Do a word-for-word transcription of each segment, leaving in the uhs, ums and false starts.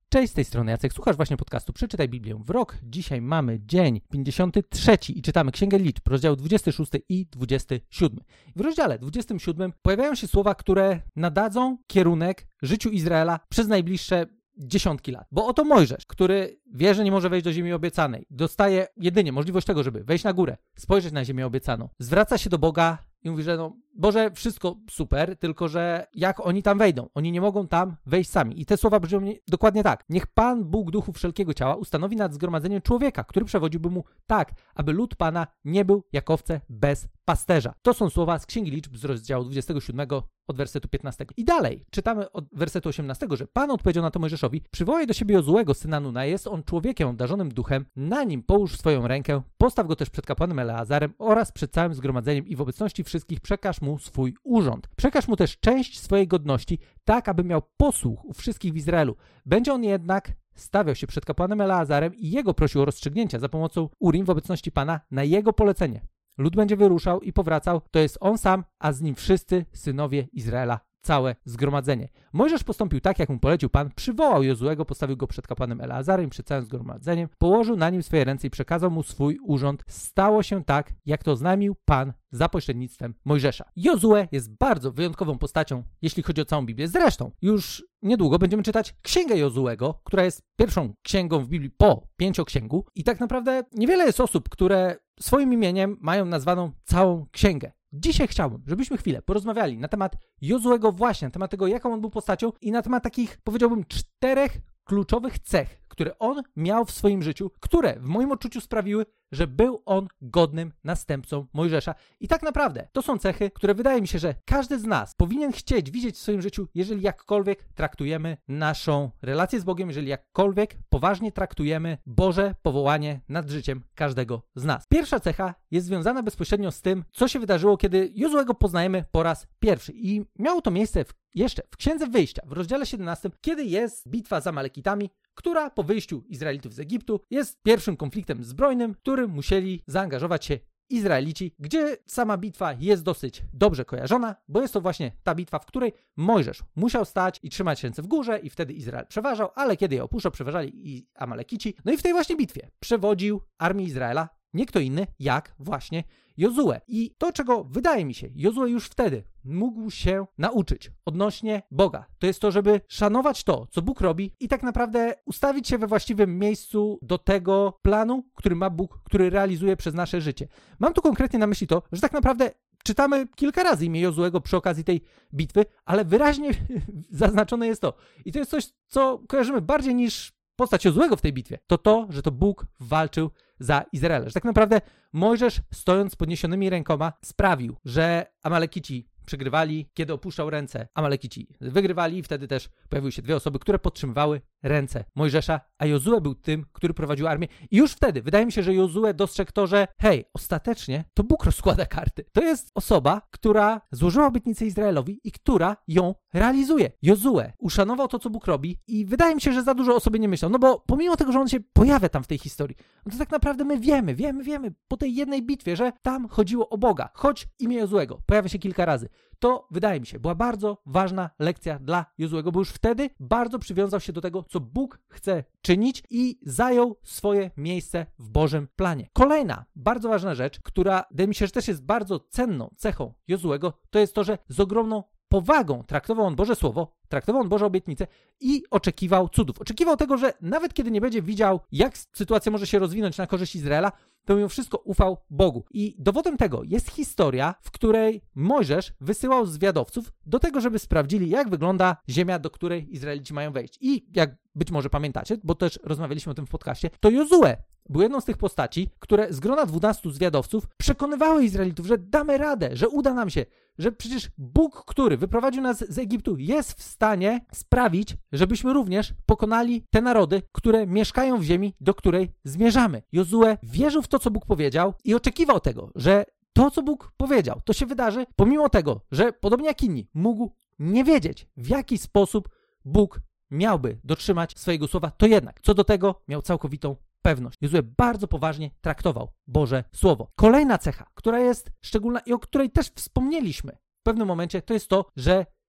Cześć, z tej strony Jacek, słuchasz właśnie podcastu Przeczytaj Biblię w rok. Dzisiaj mamy dzień pięćdziesiąty trzeci i czytamy Księgę Liczb, rozdział dwudziesty szósty i dwudziesty siódmy. W rozdziale dwudziestym siódmym pojawiają się słowa, które nadadzą kierunek życiu Izraela przez najbliższe dziesiątki lat. Bo oto Mojżesz, który wie, że nie może wejść do ziemi obiecanej, dostaje jedynie możliwość tego, żeby wejść na górę, spojrzeć na ziemię obiecaną, zwraca się do Boga i mówi, że no Boże, wszystko super, tylko że jak oni tam wejdą? Oni nie mogą tam wejść sami. I te słowa brzmią dokładnie tak. Niech Pan, Bóg duchu wszelkiego ciała, ustanowi nad zgromadzeniem człowieka, który przewodziłby mu tak, aby lud Pana nie był jak owce bez pasterza. To są słowa z Księgi Liczb z rozdziału dwudziestego siódmego od wersetu piętnastego. I dalej czytamy od wersetu osiemnastego, że Pan odpowiedział na to Mojżeszowi: przywołaj do siebie Jozuego, syna Nuna, jest on człowiekiem obdarzonym duchem, na nim połóż swoją rękę, postaw go też przed kapłanem Eleazarem oraz przed całym zgromadzeniem i w obecności wszystkich przekaż mu swój urząd. Przekaż mu też część swojej godności, tak aby miał posłuch u wszystkich w Izraelu. Będzie on jednak stawiał się przed kapłanem Eleazarem i jego prosił o rozstrzygnięcia za pomocą Urim w obecności Pana na jego polecenie. Lud będzie wyruszał i powracał, to jest on sam, a z nim wszyscy synowie Izraela, całe zgromadzenie. Mojżesz postąpił tak, jak mu polecił Pan, przywołał Jozuego, postawił go przed kapłanem Eleazarem i przed całym zgromadzeniem, położył na nim swoje ręce i przekazał mu swój urząd. Stało się tak, jak to oznajmił Pan za pośrednictwem Mojżesza. Jozue jest bardzo wyjątkową postacią, jeśli chodzi o całą Biblię. Zresztą już niedługo będziemy czytać Księgę Jozuego, która jest pierwszą księgą w Biblii po pięcioksięgu i tak naprawdę niewiele jest osób, które swoim imieniem mają nazwaną całą księgę. Dzisiaj chciałbym, żebyśmy chwilę porozmawiali na temat Jozuego właśnie, na temat tego, jaką on był postacią i na temat takich, powiedziałbym, czterech kluczowych cech, które on miał w swoim życiu, które w moim odczuciu sprawiły, że był on godnym następcą Mojżesza. I tak naprawdę to są cechy, które wydaje mi się, że każdy z nas powinien chcieć widzieć w swoim życiu, jeżeli jakkolwiek traktujemy naszą relację z Bogiem, jeżeli jakkolwiek poważnie traktujemy Boże powołanie nad życiem każdego z nas. Pierwsza cecha jest związana bezpośrednio z tym, co się wydarzyło, kiedy Jozuego poznajemy po raz pierwszy. I miało to miejsce w, jeszcze w Księdze Wyjścia, w rozdziale siedemnastym, kiedy jest bitwa z Amalekitami, która po wyjściu Izraelitów z Egiptu jest pierwszym konfliktem zbrojnym, w którym musieli zaangażować się Izraelici, gdzie sama bitwa jest dosyć dobrze kojarzona, bo jest to właśnie ta bitwa, w której Mojżesz musiał stać i trzymać ręce w górze i wtedy Izrael przeważał, ale kiedy je opuszczał, przeważali i Amalekici. No i w tej właśnie bitwie przewodził armię Izraela nie kto inny jak właśnie Jozue. I to, czego wydaje mi się, Jozue już wtedy mógł się nauczyć odnośnie Boga, to jest to, żeby szanować to, co Bóg robi i tak naprawdę ustawić się we właściwym miejscu do tego planu, który ma Bóg, który realizuje przez nasze życie. Mam tu konkretnie na myśli to, że tak naprawdę czytamy kilka razy imię Jozuego przy okazji tej bitwy, ale wyraźnie zaznaczone jest to. I to jest coś, co kojarzymy bardziej niż postać Jozuego w tej bitwie. To to, że to Bóg walczył za Izrael. Że tak naprawdę Mojżesz, stojąc z podniesionymi rękoma, sprawił, że Amalekici przegrywali, kiedy opuszczał ręce. Amalekici wygrywali i wtedy też pojawiły się dwie osoby, które podtrzymywały ręce Mojżesza, a Jozue był tym, który prowadził armię. I już wtedy wydaje mi się, że Jozue dostrzegł to, że hej, ostatecznie to Bóg rozkłada karty. To jest osoba, która złożyła obietnicę Izraelowi i która ją realizuje. Jozue uszanował to, co Bóg robi i wydaje mi się, że za dużo o sobie nie myślał. No bo pomimo tego, że on się pojawia tam w tej historii, no to tak naprawdę my wiemy, wiemy, wiemy po tej jednej bitwie, że tam chodziło o Boga. Choć imię Jozuego pojawia się kilka razy. To, wydaje mi się, była bardzo ważna lekcja dla Jozuego, bo już wtedy bardzo przywiązał się do tego, co Bóg chce czynić i zajął swoje miejsce w Bożym planie. Kolejna bardzo ważna rzecz, która wydaje mi się, że też jest bardzo cenną cechą Jozuego, to jest to, że z ogromną powagą traktował on Boże Słowo, traktował on Boże obietnice i oczekiwał cudów. Oczekiwał tego, że nawet kiedy nie będzie widział, jak sytuacja może się rozwinąć na korzyść Izraela, to mimo wszystko ufał Bogu. I dowodem tego jest historia, w której Mojżesz wysyłał zwiadowców do tego, żeby sprawdzili, jak wygląda ziemia, do której Izraelici mają wejść. I jak być może pamiętacie, bo też rozmawialiśmy o tym w podcaście, to Jozue był jedną z tych postaci, które z grona dwunastu zwiadowców przekonywały Izraelitów, że damy radę, że uda nam się, że przecież Bóg, który wyprowadził nas z Egiptu, jest w stanie sprawić, żebyśmy również pokonali te narody, które mieszkają w ziemi, do której zmierzamy. Jozue wierzył w to, co Bóg powiedział i oczekiwał tego, że to, co Bóg powiedział, to się wydarzy, pomimo tego, że podobnie jak inni, mógł nie wiedzieć, w jaki sposób Bóg miałby dotrzymać swojego słowa, to jednak co do tego miał całkowitą pewność. Jozue bardzo poważnie traktował Boże Słowo. Kolejna cecha, która jest szczególna i o której też wspomnieliśmy w pewnym momencie, to jest to, że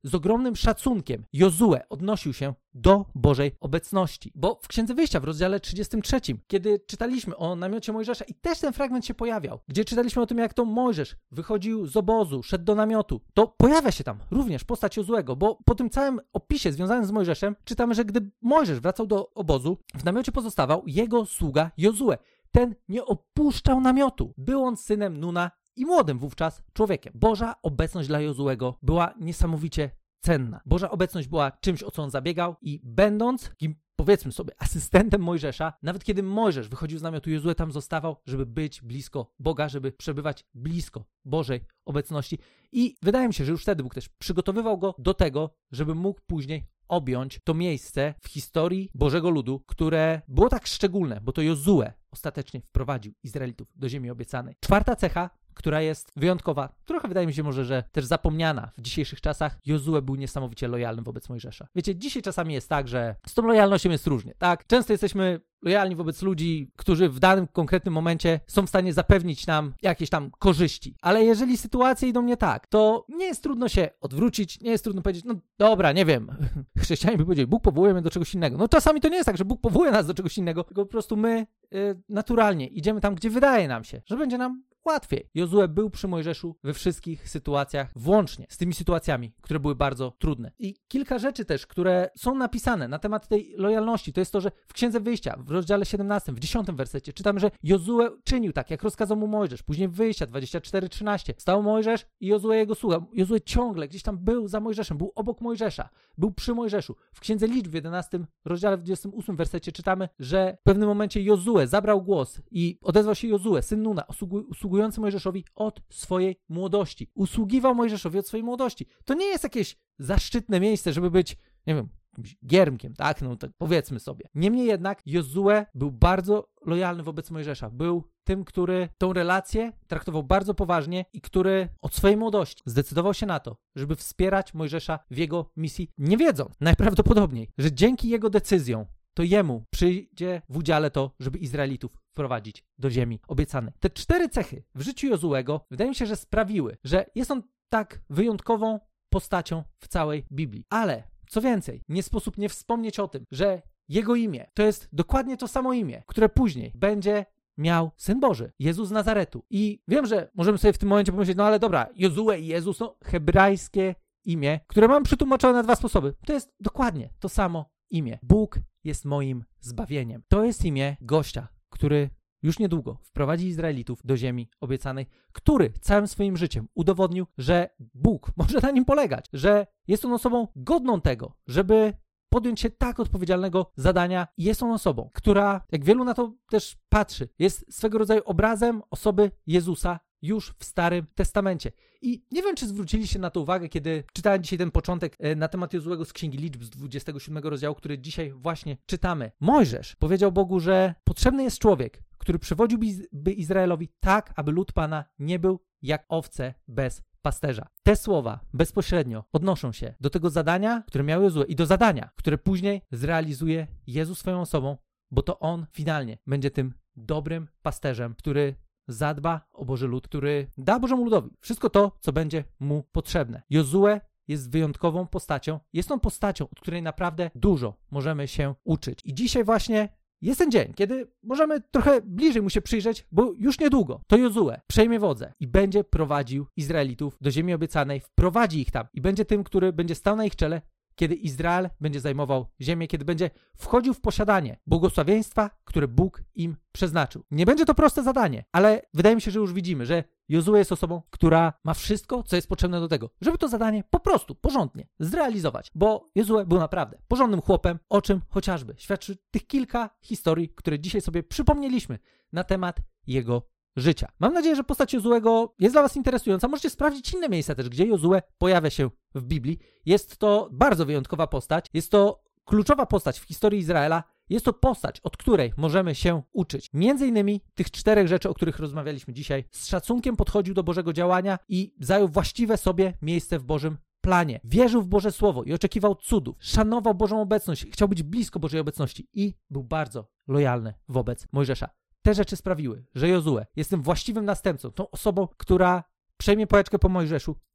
z ogromnym szacunkiem Jozue odnosił się do Bożej obecności. Bo w Księdze Wyjścia w rozdziale trzydziestym trzecim, kiedy czytaliśmy o namiocie Mojżesza i też ten fragment się pojawiał, gdzie czytaliśmy o tym, jak to Mojżesz wychodził z obozu, szedł do namiotu, to pojawia się tam również postać Jozuego, bo po tym całym opisie związanym z Mojżeszem czytamy, że gdy Mojżesz wracał do obozu, w namiocie pozostawał jego sługa Jozue. Ten nie opuszczał namiotu. Był on synem Nuna i młodym wówczas człowiekiem. Boża obecność dla Jozuego była niesamowicie cenna. Boża obecność była czymś, o co on zabiegał i będąc takim, powiedzmy sobie, asystentem Mojżesza, nawet kiedy Mojżesz wychodził z namiotu, Jozue tam zostawał, żeby być blisko Boga, żeby przebywać blisko Bożej obecności. I wydaje mi się, że już wtedy Bóg też przygotowywał go do tego, żeby mógł później objąć to miejsce w historii Bożego ludu, które było tak szczególne, bo to Jozue ostatecznie wprowadził Izraelitów do ziemi obiecanej. Czwarta cecha, która jest wyjątkowa, trochę wydaje mi się może, że też zapomniana w dzisiejszych czasach, Jozue był niesamowicie lojalny wobec Mojżesza. Wiecie, dzisiaj czasami jest tak, że z tą lojalnością jest różnie, tak? Często jesteśmy lojalni wobec ludzi, którzy w danym konkretnym momencie są w stanie zapewnić nam jakieś tam korzyści. Ale jeżeli sytuacje idą nie tak, to nie jest trudno się odwrócić, nie jest trudno powiedzieć, no dobra, nie wiem, chrześcijanie by powiedzieli, Bóg powołuje mnie do czegoś innego. No czasami to nie jest tak, że Bóg powołuje nas do czegoś innego, tylko po prostu my y, naturalnie idziemy tam, gdzie wydaje nam się, że będzie nam łatwiej. Jozue był przy Mojżeszu we wszystkich sytuacjach, włącznie z tymi sytuacjami, które były bardzo trudne. I kilka rzeczy też, które są napisane na temat tej lojalności, to jest to, że w Księdze Wyjścia, w rozdziale siedemnastym, w dziesiątym wersecie, czytamy, że Jozue czynił tak, jak rozkazał mu Mojżesz. Później w Wyjścia dwadzieścia cztery trzynaście stał Mojżesz i Jozue jego sługa. Jozue ciągle gdzieś tam był za Mojżeszem, był obok Mojżesza, był przy Mojżeszu. W Księdze Liczb w jedenastym rozdziale, w dwudziestym ósmym wersecie czytamy, że w pewnym momencie Jozue zabrał głos i odezwał się Jozue, syn Nuna, usługujący Mojżeszowi od swojej młodości. Usługiwał Mojżeszowi od swojej młodości. To nie jest jakieś zaszczytne miejsce, żeby być, nie wiem, jakimś giermkiem, tak? No tak powiedzmy sobie. Niemniej jednak Jozue był bardzo lojalny wobec Mojżesza. Był tym, który tą relację traktował bardzo poważnie i który od swojej młodości zdecydował się na to, żeby wspierać Mojżesza w jego misji, nie wiedząc najprawdopodobniej, że dzięki jego decyzjom to jemu przyjdzie w udziale to, żeby Izraelitów wprowadzić do ziemi obiecanej. Te cztery cechy w życiu Jozuego wydaje mi się, że sprawiły, że jest on tak wyjątkową postacią w całej Biblii. Ale co więcej, nie sposób nie wspomnieć o tym, że jego imię to jest dokładnie to samo imię, które później będzie miał Syn Boży, Jezus z Nazaretu. I wiem, że możemy sobie w tym momencie pomyśleć, no ale dobra, Jozue i Jezus, no hebrajskie imię, które mam przetłumaczone na dwa sposoby. To jest dokładnie to samo imię. Bóg jest moim zbawieniem. To jest imię gościa, który już niedługo wprowadzi Izraelitów do ziemi obiecanej, który całym swoim życiem udowodnił, że Bóg może na nim polegać, że jest on osobą godną tego, żeby podjąć się tak odpowiedzialnego zadania i jest on osobą, która, jak wielu na to też patrzy, jest swego rodzaju obrazem osoby Jezusa już w Starym Testamencie. I nie wiem, czy zwróciliście na to uwagę, kiedy czytałem dzisiaj ten początek na temat Jozuego z Księgi Liczb z dwudziestego siódmego rozdziału, który dzisiaj właśnie czytamy. Mojżesz powiedział Bogu, że potrzebny jest człowiek, który przewodziłby Izraelowi tak, aby lud Pana nie był jak owce bez pasterza. Te słowa bezpośrednio odnoszą się do tego zadania, które miał Jozue i do zadania, które później zrealizuje Jezus swoją osobą, bo to On finalnie będzie tym dobrym pasterzem, który zadba o Boży lud, który da Bożemu ludowi wszystko to, co będzie mu potrzebne. Jozue jest wyjątkową postacią. Jest on postacią, od której naprawdę dużo możemy się uczyć. I dzisiaj właśnie jest ten dzień, kiedy możemy trochę bliżej mu się przyjrzeć, bo już niedługo to Jozue przejmie wodzę i będzie prowadził Izraelitów do ziemi obiecanej, wprowadzi ich tam i będzie tym, który będzie stał na ich czele, kiedy Izrael będzie zajmował ziemię, kiedy będzie wchodził w posiadanie błogosławieństwa, które Bóg im przeznaczył. Nie będzie to proste zadanie, ale wydaje mi się, że już widzimy, że Jozue jest osobą, która ma wszystko, co jest potrzebne do tego, żeby to zadanie po prostu, porządnie zrealizować, bo Jozue był naprawdę porządnym chłopem, o czym chociażby świadczy tych kilka historii, które dzisiaj sobie przypomnieliśmy na temat jego życia. Mam nadzieję, że postać Jozuego jest dla was interesująca. Możecie sprawdzić inne miejsca też, gdzie Jozue pojawia się w Biblii. Jest to bardzo wyjątkowa postać. Jest to kluczowa postać w historii Izraela. Jest to postać, od której możemy się uczyć. Między innymi tych czterech rzeczy, o których rozmawialiśmy dzisiaj. Z szacunkiem podchodził do Bożego działania i zajął właściwe sobie miejsce w Bożym planie. Wierzył w Boże Słowo i oczekiwał cudów. Szanował Bożą obecność. Chciał być blisko Bożej obecności i był bardzo lojalny wobec Mojżesza. Te rzeczy sprawiły, że Jozue jest tym właściwym następcą, tą osobą, która przejmie pałeczkę po Mojżeszu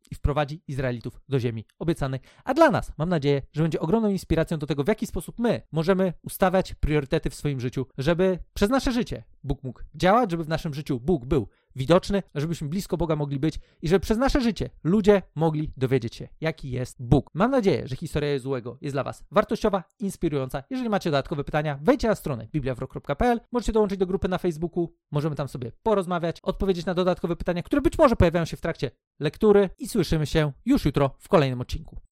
i wprowadzi Izraelitów do ziemi obiecanej. A dla nas, mam nadzieję, że będzie ogromną inspiracją do tego, w jaki sposób my możemy ustawiać priorytety w swoim życiu, żeby przez nasze życie Bóg mógł działać, żeby w naszym życiu Bóg był widoczny, żebyśmy blisko Boga mogli być i żeby przez nasze życie ludzie mogli dowiedzieć się, jaki jest Bóg. Mam nadzieję, że historia Jozuego jest dla Was wartościowa, inspirująca. Jeżeli macie dodatkowe pytania, wejdźcie na stronę biblia w rok kropka p l. Możecie dołączyć do grupy na Facebooku, możemy tam sobie porozmawiać, odpowiedzieć na dodatkowe pytania, które być może pojawiają się w trakcie lektury i słyszymy się już jutro w kolejnym odcinku.